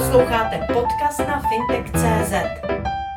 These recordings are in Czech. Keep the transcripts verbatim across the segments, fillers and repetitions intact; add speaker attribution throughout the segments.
Speaker 1: Posloucháte podcast na fintech tečka cé zet.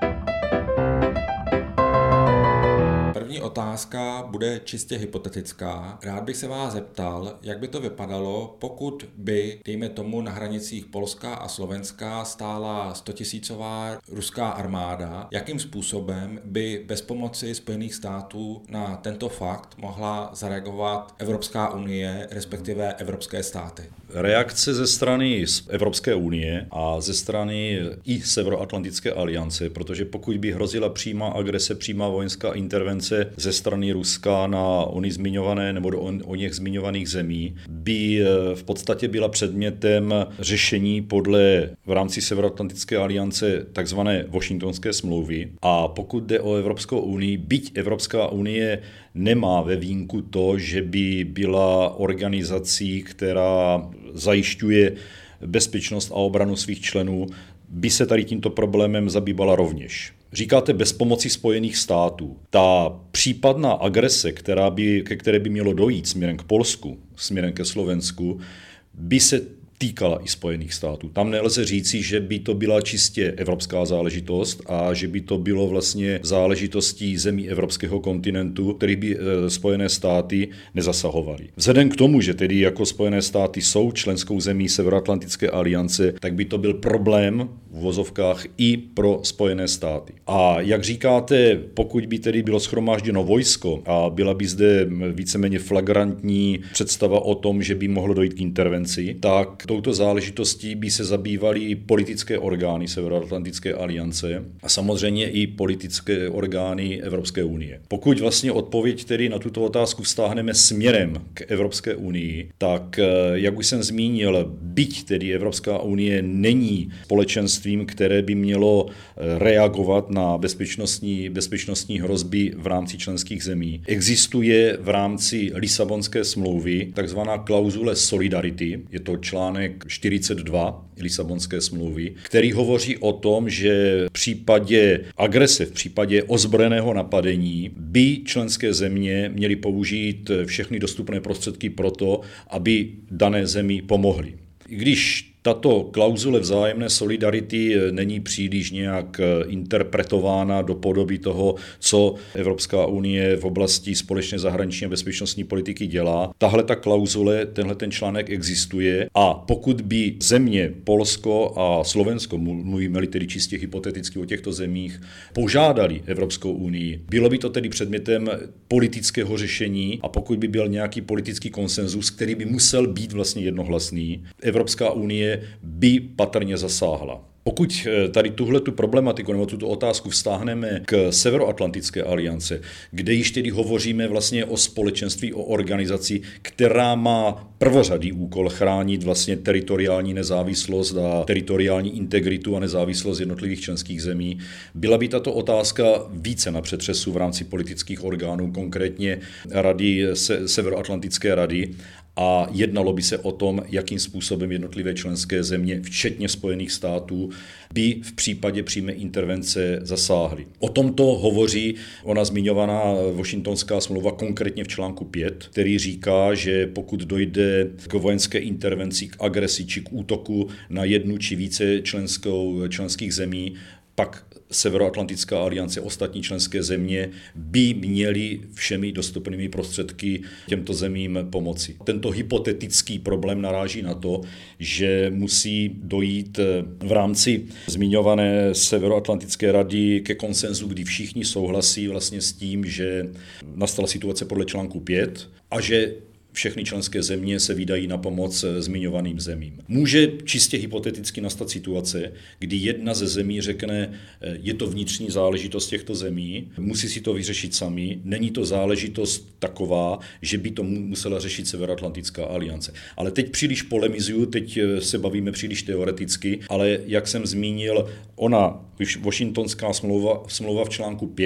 Speaker 2: První otázka bude čistě hypotetická. Rád bych se vás zeptal, jak by to vypadalo, pokud by, dejme tomu, na hranicích Polska a Slovenska stála stotisícová ruská armáda. Jakým způsobem by bez pomoci Spojených států na tento fakt mohla zareagovat Evropská unie, respektive evropské státy?
Speaker 3: Reakce ze strany Evropské unie a ze strany i Severoatlantické aliance, protože pokud by hrozila přímá agrese, přímá vojenská intervence ze strany Ruska na ony zmiňované nebo do o něch zmiňovaných zemí, by v podstatě byla předmětem řešení podle v rámci Severoatlantické aliance takzvané Washingtonské smlouvy. A pokud jde o Evropskou unii, byť Evropská unie nemá ve vínku to, že by byla organizací, která zajišťuje bezpečnost a obranu svých členů, by se tady tímto problémem zabývala rovněž. Říkáte bez pomoci Spojených států. Ta případná agrese, která by, ke které by mělo dojít směrem k Polsku, směrem ke Slovensku, by se týkala i Spojených států. Tam nelze říci, že by to byla čistě evropská záležitost a že by to bylo vlastně záležitostí zemí evropského kontinentu, který by Spojené státy nezasahovaly. Vzhledem k tomu, že tedy jako Spojené státy jsou členskou zemí Severoatlantické aliance, tak by to byl problém v vozovkách i pro Spojené státy. A jak říkáte, pokud by tedy bylo shromážděno vojsko a byla by zde víceméně flagrantní představa o tom, že by mohlo dojít k intervenci, tak touto záležitostí by se zabývaly politické orgány Severoatlantické aliance a samozřejmě i politické orgány Evropské unie. Pokud vlastně odpověď tedy na tuto otázku vztáhneme směrem k Evropské unii, tak jak už jsem zmínil, byť tedy Evropská unie není společenstvím, které by mělo reagovat na bezpečnostní, bezpečnostní hrozby v rámci členských zemí, existuje v rámci Lisabonské smlouvy takzvaná klauzule solidarity, je to článek čtyřicet dva Lisabonské smlouvy, který hovoří o tom, že v případě agrese, v případě ozbrojeného napadení by členské země měly použít všechny dostupné prostředky pro to, aby dané zemi pomohly. I když tato klauzule vzájemné solidarity není příliš nějak interpretována do podoby toho, co Evropská unie v oblasti společné zahraniční a bezpečnostní politiky dělá. Tahle ta klauzule, tenhle ten článek existuje a pokud by země Polsko a Slovensko, mluvíme-li tedy čistě hypoteticky o těchto zemích, požádali Evropskou unii, bylo by to tedy předmětem politického řešení a pokud by byl nějaký politický konsenzus, který by musel být vlastně jednohlasný, Evropská unie by patrně zasáhla. Pokud tady tuhletu problematiku nebo tuto otázku vztáhneme k Severoatlantické aliance, kde již tedy hovoříme vlastně o společenství, o organizaci, která má prvořadý úkol chránit vlastně teritoriální nezávislost a teritoriální integritu a nezávislost jednotlivých členských zemí, byla by tato otázka více na přetřesu v rámci politických orgánů, konkrétně Rady, Severoatlantické rady, a jednalo by se o tom, jakým způsobem jednotlivé členské země, včetně Spojených států, by v případě přímé intervence zasáhly. O tomto hovoří ona zmiňovaná Washingtonská smlouva konkrétně v článku pět, který říká, že pokud dojde k vojenské intervenci, k agresi či k útoku na jednu či více členskou, členských zemí, pak Severoatlantická aliance, ostatní členské země by měly všemi dostupnými prostředky těmto zemím pomoci. Tento hypotetický problém naráží na to, že musí dojít v rámci zmiňované Severoatlantické rady ke konsenzu, kdy všichni souhlasí vlastně s tím, že nastala situace podle článku pět a že všechny členské země se vydají na pomoc zmiňovaným zemím. Může čistě hypoteticky nastat situace, kdy jedna ze zemí řekne, je to vnitřní záležitost těchto zemí, musí si to vyřešit sami, není to záležitost taková, že by to musela řešit Severoatlantická aliance. Ale teď příliš polemizuju, teď se bavíme příliš teoreticky, ale jak jsem zmínil, ona Washingtonská smlouva, smlouva v článku pět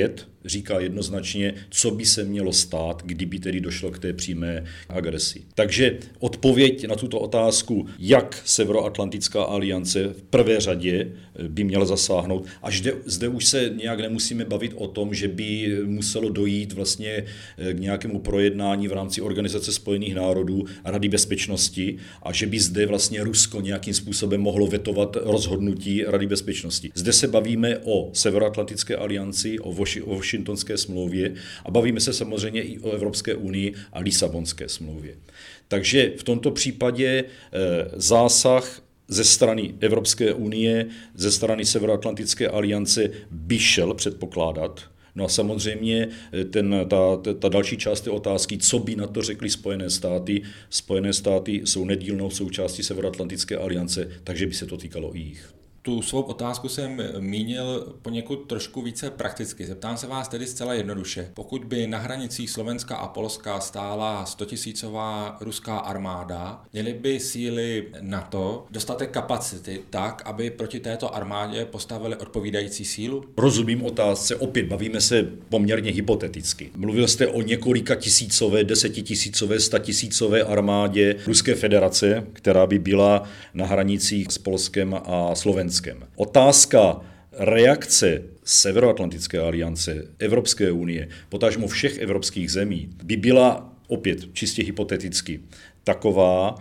Speaker 3: říká jednoznačně, co by se mělo stát, kdyby tedy došlo k té přímé agresi. Takže odpověď na tuto otázku, jak Severoatlantická aliance v prvé řadě by měla zasáhnout, až zde, zde už se nějak nemusíme bavit o tom, že by muselo dojít vlastně k nějakému projednání v rámci Organizace spojených národů a Rady bezpečnosti a že by zde vlastně Rusko nějakým způsobem mohlo vetovat rozhodnutí Rady bezpečnosti. Zde se bavíme o Severoatlantické alianci, o, Voši, o Washingtonské smlouvě a bavíme se samozřejmě i o Evropské unii a Lisabonské smlouvě. Takže v tomto případě e, zásah ze strany Evropské unie, ze strany Severoatlantické aliance by šel předpokládat. No a samozřejmě ten, ta, ta další část té otázky, co by na to řekly Spojené státy. Spojené státy jsou nedílnou součástí Severoatlantické aliance, takže by se to týkalo i jich.
Speaker 2: Tu svou otázku jsem mínil poněkud trošku více prakticky. Zeptám se vás tedy zcela jednoduše. Pokud by na hranicích Slovenska a Polska stála stotisícová ruská armáda, měly by síly NATO dostatek kapacity tak, aby proti této armádě postavili odpovídající sílu?
Speaker 3: Rozumím otázce, opět bavíme se poměrně hypoteticky. Mluvil jste o několika tisícové, desetitisícové, statisícové armádě Ruské federace, která by byla na hranicích s Polskem a Slovenskem. Otázka reakce Severoatlantické aliance, Evropské unie, potažmo všech evropských zemí, by byla opět čistě hypoteticky taková,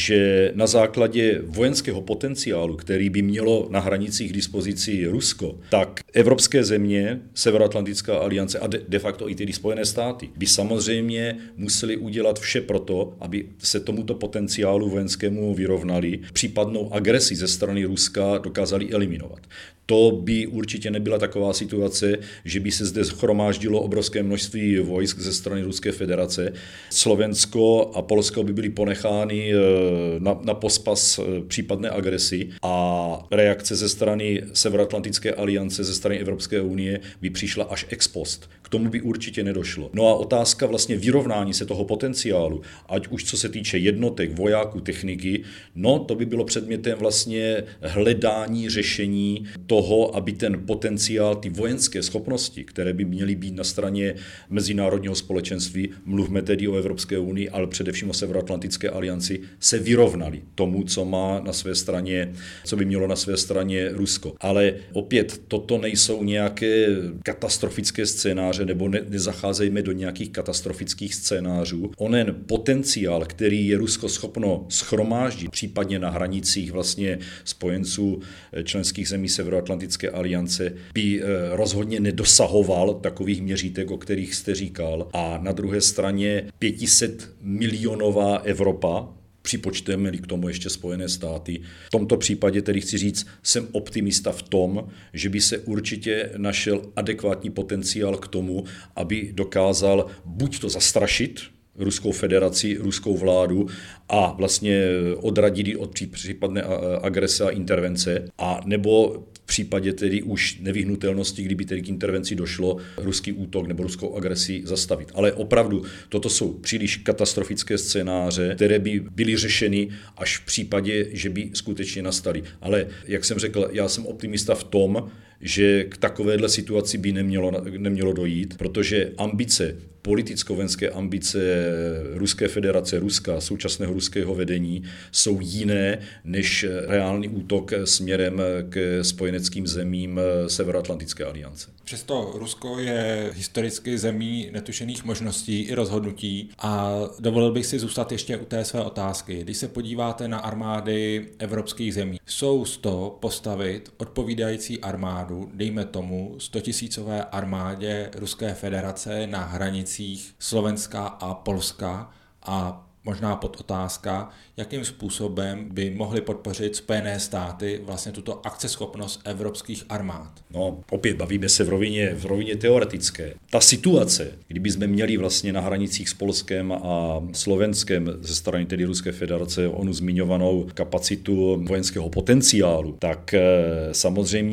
Speaker 3: že na základě vojenského potenciálu, který by mělo na hranicích k dispozici Rusko, tak evropské země, Severoatlantická aliance a de, de facto i tedy Spojené státy by samozřejmě museli udělat vše proto, aby se tomuto potenciálu vojenskému vyrovnali, případnou agresi ze strany Ruska dokázali eliminovat. To by určitě nebyla taková situace, že by se zde shromáždilo obrovské množství vojsk ze strany Ruské federace. Slovensko a Polsko by byly ponechány na, na pospas případné agresi a reakce ze strany Severoatlantické aliance, ze strany Evropské unie by přišla až ex post. K tomu by určitě nedošlo. No a otázka vlastně vyrovnání se toho potenciálu, ať už co se týče jednotek, vojáků, techniky, no to by bylo předmětem vlastně hledání řešení toho, aby ten potenciál, ty vojenské schopnosti, které by měly být na straně mezinárodního společenství, mluvme tedy o Evropské unii, ale především o Severoatlantické alianci, se vyrovnaly tomu, co má na své straně, co by mělo na své straně Rusko. Ale opět toto nejsou nějaké katastrofické scénáře, nebo ne, nezacházejme do nějakých katastrofických scénářů. Onen potenciál, který je Rusko schopno schromáždit, případně na hranicích vlastně spojenců členských zemí Severoatlantické aliance, by rozhodně nedosahoval takových měřítek, o kterých jste říkal. A na druhé straně pětiset milionová Evropa, připočteme-li k tomu ještě Spojené státy. V tomto případě tedy chci říct, jsem optimista v tom, že by se určitě našel adekvátní potenciál k tomu, aby dokázal buď to zastrašit Ruskou federaci, ruskou vládu a vlastně odradit od případné agrese a intervence, a nebo v případě tedy už nevyhnutelnosti, kdyby tedy k intervenci došlo, ruský útok nebo ruskou agresi zastavit. Ale opravdu toto jsou příliš katastrofické scénáře, které by byly řešeny až v případě, že by skutečně nastaly. Ale jak jsem řekl, já jsem optimista v tom, že k takovéhle situaci by nemělo, nemělo dojít, protože ambice, politicko-vojenské ambice Ruské federace, Ruska, současného ruského vedení jsou jiné než reálný útok směrem k spojeneckým zemím Severoatlantické aliance.
Speaker 2: Přesto Rusko je historicky zemí netušených možností i rozhodnutí a dovolil bych si zůstat ještě u té své otázky. Když se podíváte na armády evropských zemí, jsou z toho postavit odpovídající armádu, dejme tomu stotisícové armádě Ruské federace na hranicích Slovenska a Polska, a možná podotázka, jakým způsobem by mohly podpořit Spojené státy vlastně tuto akceschopnost evropských armád?
Speaker 3: No, opět bavíme se v rovině, v rovině teoretické. Ta situace, kdyby jsme měli vlastně na hranicích s Polskem a Slovenskem ze strany tedy Ruské federace onu zmiňovanou kapacitu vojenského potenciálu, tak samozřejmě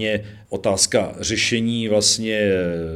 Speaker 3: otázka řešení vlastně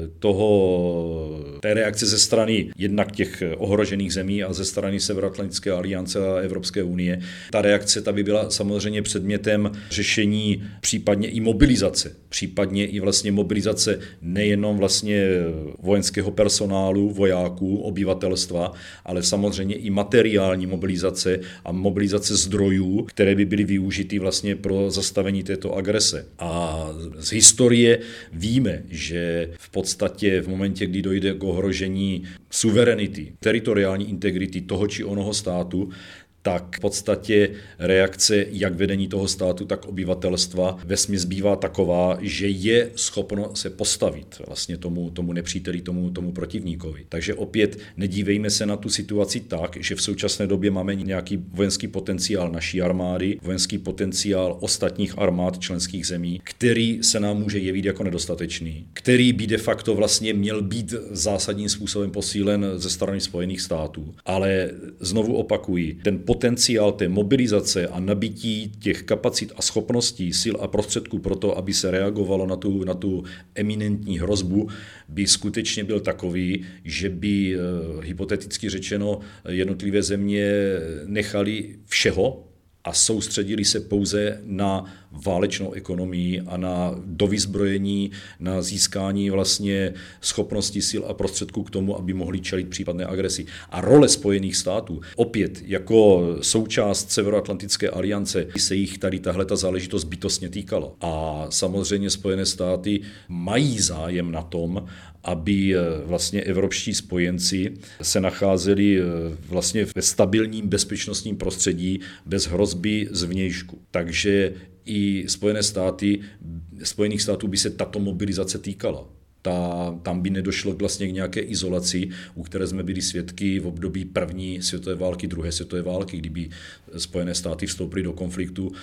Speaker 3: toho, té reakce ze strany jednak těch ohrožených zemí a ze strany Severoatlantické aliance a Evropské unie. Ta reakce ta by byla samozřejmě předmětem řešení případně i mobilizace, případně i vlastně mobilizace nejenom vlastně vojenského personálu, vojáků, obyvatelstva, ale samozřejmě i materiální mobilizace a mobilizace zdrojů, které by byly využity vlastně pro zastavení této agrese. A z historie víme, že v podstatě v momentě, kdy dojde k ohrožení suverenity, teritoriální integrity toho či onoho státu, tak v podstatě reakce jak vedení toho státu, tak obyvatelstva vesměs bývá taková, že je schopno se postavit vlastně tomu, tomu nepříteli, tomu, tomu protivníkovi. Takže opět nedívejme se na tu situaci tak, že v současné době máme nějaký vojenský potenciál naší armády, vojenský potenciál ostatních armád členských zemí, který se nám může jevit jako nedostatečný, který by de facto vlastně měl být zásadním způsobem posílen ze strany Spojených států. Ale znovu opakuji, ten potenciál té mobilizace a nabití těch kapacit a schopností, sil a prostředků pro to, aby se reagovalo na tu, na tu eminentní hrozbu, by skutečně byl takový, že by hypoteticky řečeno jednotlivé země nechali všeho a soustředili se pouze na válečnou ekonomii a na dovyzbrojení, na získání vlastně schopností, sil a prostředků k tomu, aby mohli čelit případné agresi. A role Spojených států, opět jako součást Severoatlantické aliance, se jich tady tahle ta záležitost bytostně týkala. A samozřejmě Spojené státy mají zájem na tom, aby vlastně evropští spojenci se nacházeli vlastně ve stabilním bezpečnostním prostředí bez hrozby zvnějšku. Takže i Spojené státy, Spojených států by se tato mobilizace týkala. Ta, tam by nedošlo vlastně k nějaké izolaci, u které jsme byli svědky v období první světové války, druhé světové války, kdyby Spojené státy vstoupily do konfliktu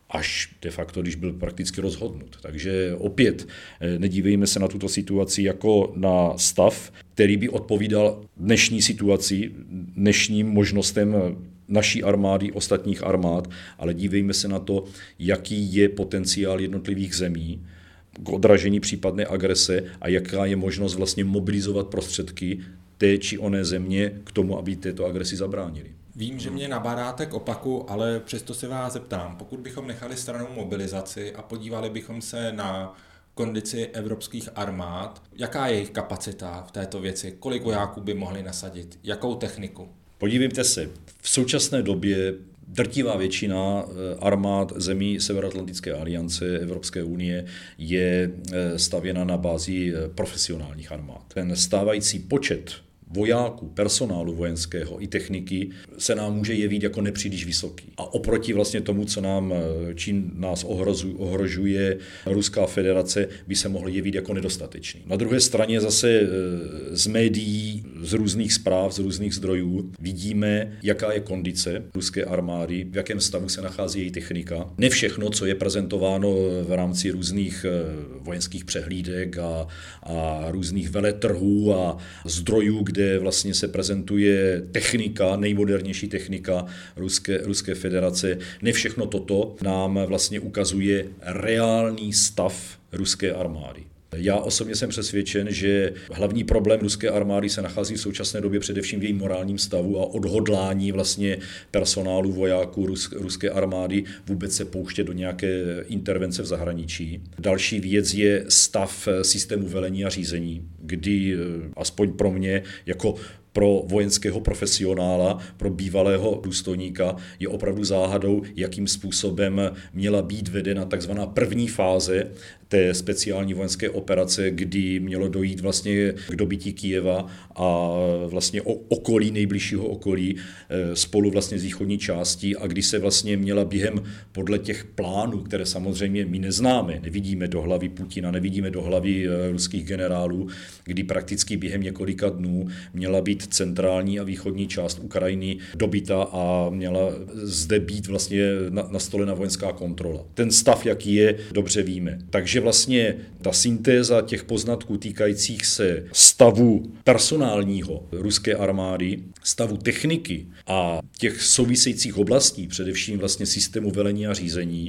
Speaker 3: až de facto, když byl prakticky rozhodnut. Takže opět nedívejme se na tuto situaci jako na stav, který by odpovídal dnešní situaci, dnešním možnostem naší armády, ostatních armád, ale dívejme se na to, jaký je potenciál jednotlivých zemí k odražení případné agrese a jaká je možnost vlastně mobilizovat prostředky té či oné země k tomu, aby této agresi zabránili.
Speaker 2: Vím, že mě nabádáte k opaku, ale přesto se vás zeptám. Pokud bychom nechali stranou mobilizaci a podívali bychom se na kondici evropských armád, jaká je jejich kapacita v této věci? Kolik vojáků by mohli nasadit? Jakou techniku?
Speaker 3: Podívejte se, v současné době drtivá většina armád zemí Severoatlantické aliance Evropské unie je stavěna na bázi profesionálních armád. Ten stávající počet vojáků, personálu vojenského i techniky se nám může jevit jako nepříliš vysoký. A oproti vlastně tomu, co nám, čím nás ohrožuje Ruská federace, by se mohl jevit jako nedostatečný. Na druhé straně zase z médií, z různých zpráv, z různých zdrojů vidíme, jaká je kondice ruské armády, v jakém stavu se nachází její technika. Ne všechno, co je prezentováno v rámci různých vojenských přehlídek a, a různých veletrhů a zdrojů, kde kde vlastně se prezentuje technika, nejmodernější technika Ruské, Ruské federace. Ne všechno toto nám vlastně ukazuje reálný stav ruské armády. Já osobně jsem přesvědčen, že hlavní problém ruské armády se nachází v současné době především v jejím morálním stavu a odhodlání vlastně personálu vojáků rus, ruské armády vůbec se pouštět do nějaké intervence v zahraničí. Další věc je stav systému velení a řízení, kdy aspoň pro mě jako pro vojenského profesionála, pro bývalého důstojníka je opravdu záhadou, jakým způsobem měla být vedena takzvaná první fáze té speciální vojenské operace, kdy mělo dojít vlastně k dobytí Kyjeva a vlastně okolí, nejbližšího okolí spolu vlastně z východní části a kdy se vlastně měla během podle těch plánů, které samozřejmě my neznáme, nevidíme do hlavy Putina, nevidíme do hlavy ruských generálů, kdy prakticky během několika dnů měla být centrální a východní část Ukrajiny dobyta a měla zde být vlastně nastolena vojenská kontrola. Ten stav, jaký je, dobře víme. Takže vlastně ta syntéza těch poznatků týkajících se stavu personálního ruské armády, stavu techniky a těch souvisejících oblastí, především vlastně systému velení a řízení,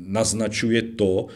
Speaker 3: naznačuje to,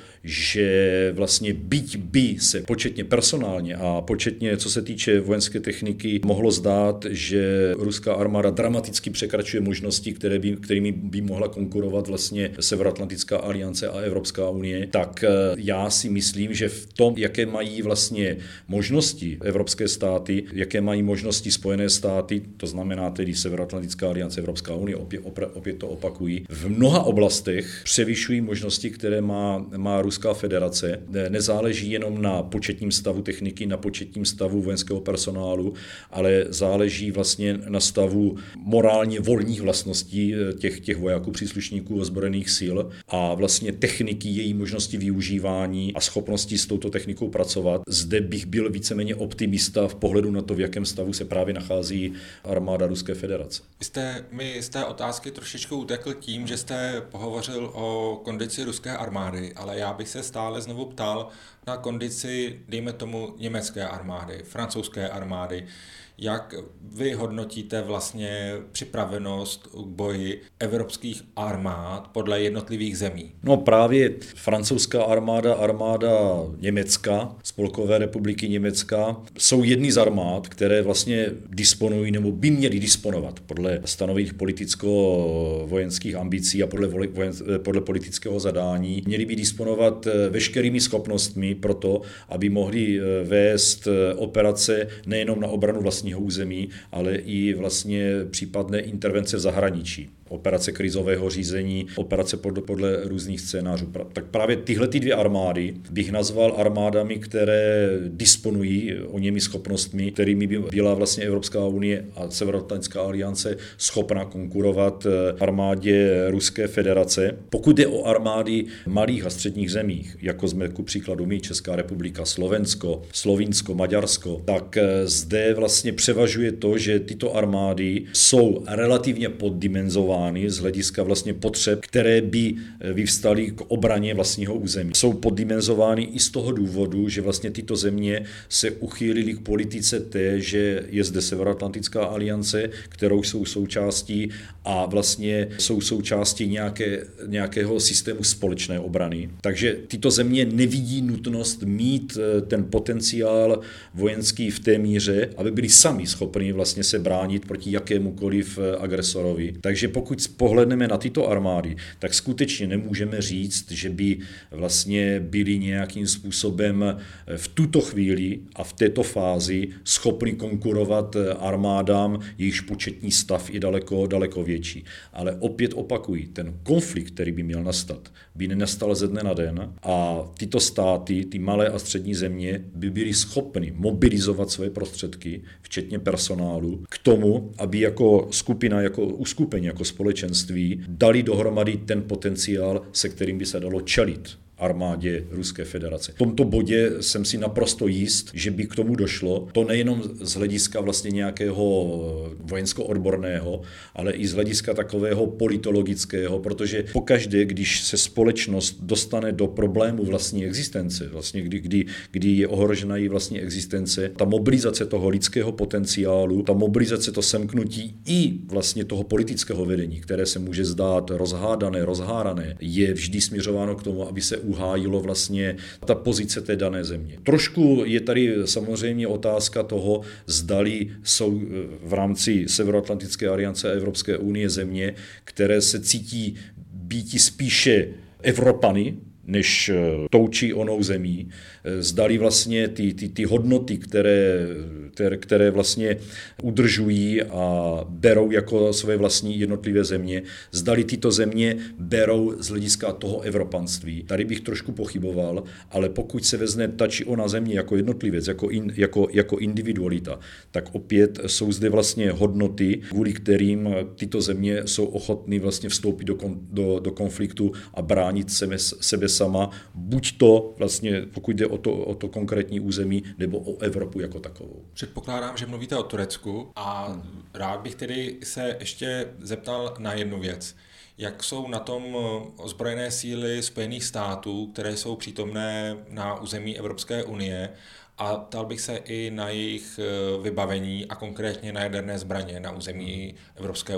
Speaker 3: že vlastně byť by se početně personálně a početně, co se týče vojenské techniky, mohlo zdát, že ruská armáda dramaticky překračuje možnosti, které by, kterými by mohla konkurovat vlastně Severoatlantická aliance a Evropská unie, tak já si myslím, že v tom, jaké mají vlastně možnosti evropské státy, jaké mají možnosti Spojené státy, to znamená tedy Severoatlantická aliance, Evropská unie, opět, opět to opakují, v mnoha oblastech převyšují možnosti, které má, má Ruská federace. Nezáleží jenom na početním stavu techniky, na početním stavu vojenského personálu, ale záleží vlastně na stavu morálně volných vlastností těch, těch vojáků, příslušníků ozbrojených sil a vlastně techniky, její možnosti využívání a schopnosti s touto technikou pracovat. Zde bych byl víceméně optimista v pohledu na to, v jakém stavu se právě nachází armáda Ruské federace.
Speaker 2: Vy jste mi z té otázky trošičku utekl tím, že jste pohovořil o kondici ruské armády, ale já bych se stále znovu ptal na kondici, dejme tomu, německé armády, francouzské armády. Jak vy hodnotíte vlastně připravenost k boji evropských armád podle jednotlivých zemí?
Speaker 3: No právě francouzská armáda, armáda Německa, Spolkové republiky Německa, jsou jedny z armád, které vlastně disponují nebo by měly disponovat podle stanovených politicko-vojenských ambicí a podle, vojen, podle politického zadání. Měly by disponovat veškerými schopnostmi pro to, aby mohli vést operace nejenom na obranu vlastního území, ale i vlastně případné intervence v zahraničí. Operace krizového řízení, operace podle, podle různých scénářů. Tak právě tyhle ty dvě armády bych nazval armádami, které disponují o němi schopnostmi, kterými by byla vlastně Evropská unie a Severoatlantická aliance schopna konkurovat armádě Ruské federace. Pokud jde o armády malých a středních zemích, jako jsme ku příkladu my, Česká republika, Slovensko, Slovinsko, Maďarsko, tak zde vlastně převažuje to, že tyto armády jsou relativně poddimenzovány z hlediska vlastně potřeb, které by vyvstaly k obraně vlastního území. Jsou poddimenzovány i z toho důvodu, že vlastně tyto země se uchýlily k politice té, že je zde Severoatlantická aliance, kterou jsou součástí a vlastně jsou součástí nějaké, nějakého systému společné obrany. Takže tyto země nevidí nutnost mít ten potenciál vojenský v té míře, aby byli sami schopni vlastně se bránit proti jakémukoliv agresorovi. Takže pokud pohledneme na tyto armády, tak skutečně nemůžeme říct, že by vlastně byli nějakým způsobem v tuto chvíli a v této fázi schopni konkurovat armádám, jejichž početní stav je daleko, daleko větší. Ale opět opakuji, ten konflikt, který by měl nastat, by nenastal ze dne na den a tyto státy, ty malé a střední země, by byly schopny mobilizovat své prostředky, včetně personálu, k tomu, aby jako skupina, jako uskupení, jako společenství dali dohromady ten potenciál, se kterým by se dalo čelit armádě Ruské federace. V tomto bodě jsem si naprosto jist, že by k tomu došlo. To nejenom z hlediska vlastně nějakého vojensko-odborného, ale i z hlediska takového politologického, protože pokaždé, když se společnost dostane do problému vlastní existence, vlastně kdy, kdy, kdy je ohrožena její vlastní existence, ta mobilizace toho lidského potenciálu, ta mobilizace, to semknutí i vlastně toho politického vedení, které se může zdát rozhádané, rozhárané, je vždy směřováno k tomu, aby se uhájilo vlastně ta pozice té dané země. Trošku je tady samozřejmě otázka toho, zdali jsou v rámci Severoatlantické aliance a Evropské unie země, které se cítí býti spíše Evropany, než tou či onou zemí. Zdali vlastně ty, ty, ty hodnoty, které, které, které vlastně udržují a berou jako své vlastní jednotlivé země, zdali tyto země berou z hlediska toho evropanství. Tady bych trošku pochyboval, ale pokud se vezme ta či ona země jako jednotlivec, jako, in, jako, jako individualita, tak opět jsou zde vlastně hodnoty, kvůli kterým tyto země jsou ochotny vlastně vstoupit do, do, do konfliktu a bránit sebe, sebe sama, buď to vlastně, pokud jde o to, o to konkrétní území, nebo o Evropu jako takovou.
Speaker 2: Předpokládám, že mluvíte o Turecku a rád bych tedy se ještě zeptal na jednu věc. Jak jsou na tom ozbrojené síly Spojených států, které jsou přítomné na území Evropské unie, a ptal bych se i na jejich vybavení a konkrétně na jaderné zbraně na území Evropské unie?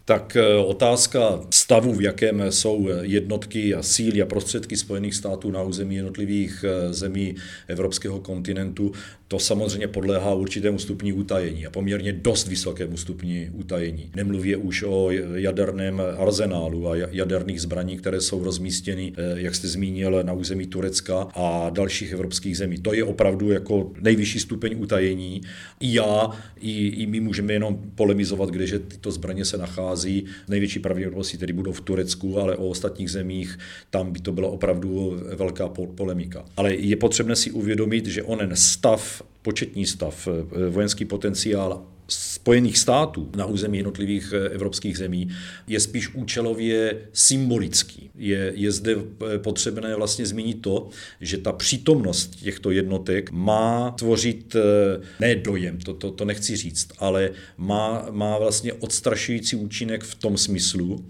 Speaker 3: Tak otázka stavu, v jakém jsou jednotky a síly a prostředky Spojených států na území jednotlivých zemí evropského kontinentu, to samozřejmě podléhá určitému stupni utajení a poměrně dost vysokému stupni utajení. Nemluvě už o jaderném arzenálu a jaderných zbraní, které jsou rozmístěny, jak jste zmínil, na území Turecka a dalších evropských zemí. To je opravdu jako nejvyšší stupeň utajení. I já, i, i my můžeme jenom polemizovat, kdeže tyto zbraně se nachází. Největší pravděpodobností tedy budou v Turecku, ale o ostatních zemích tam by to byla opravdu velká polemika. Ale je potřebné si uvědomit, že onen stav, početní stav, vojenský potenciál Spojených států na území jednotlivých evropských zemí je spíš účelově symbolický. Je, je zde potřebné vlastně zmínit to, že ta přítomnost těchto jednotek má tvořit ne dojem, to, to, to nechci říct, ale má, má vlastně odstrašující účinek v tom smyslu,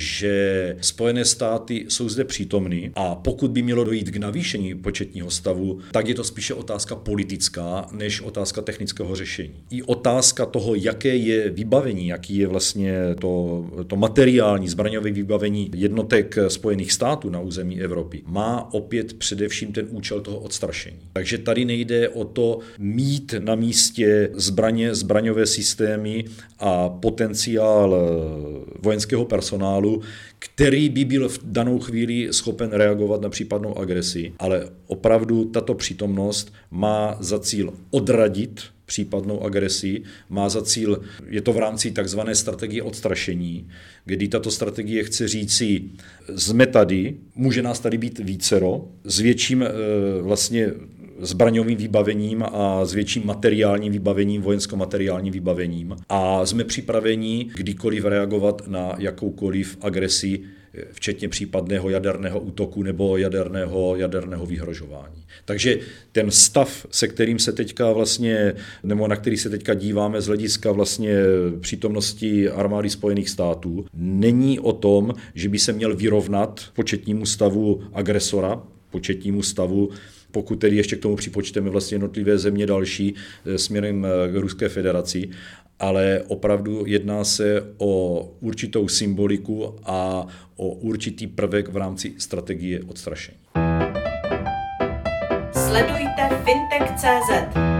Speaker 3: že Spojené státy jsou zde přítomny a pokud by mělo dojít k navýšení početního stavu, tak je to spíše otázka politická, než otázka technického řešení. I otázka toho, jaké je vybavení, jaký je vlastně to, to materiální zbraňové vybavení jednotek Spojených států na území Evropy, má opět především ten účel toho odstrašení. Takže tady nejde o to mít na místě zbraně, zbraňové systémy a potenciál vojenského personálu, který by byl v danou chvíli schopen reagovat na případnou agresi, ale opravdu tato přítomnost má za cíl odradit případnou agresi, má za cíl, je to v rámci takzvané strategie odstrašení, kdy tato strategie chce říci, jsme tady, může nás tady být vícero, s větším e, vlastně zbraňovým vybavením a s větším materiálním vybavením, vojensko-materiálním vybavením a jsme připraveni kdykoliv reagovat na jakoukoliv agresi, včetně případného jaderného útoku nebo jaderného, jaderného vyhrožování. Takže ten stav, se kterým se teďka vlastně, nebo na který se teďka díváme z hlediska vlastně přítomnosti armády Spojených států, není o tom, že by se měl vyrovnat početnímu stavu agresora, početnímu stavu, pokud tedy ještě k tomu připočteme vlastně jednotlivé země další směrem k Ruské federaci, ale opravdu jedná se o určitou symboliku a o určitý prvek v rámci strategie odstrašení.
Speaker 1: Sledujte fintech tečka cé zet.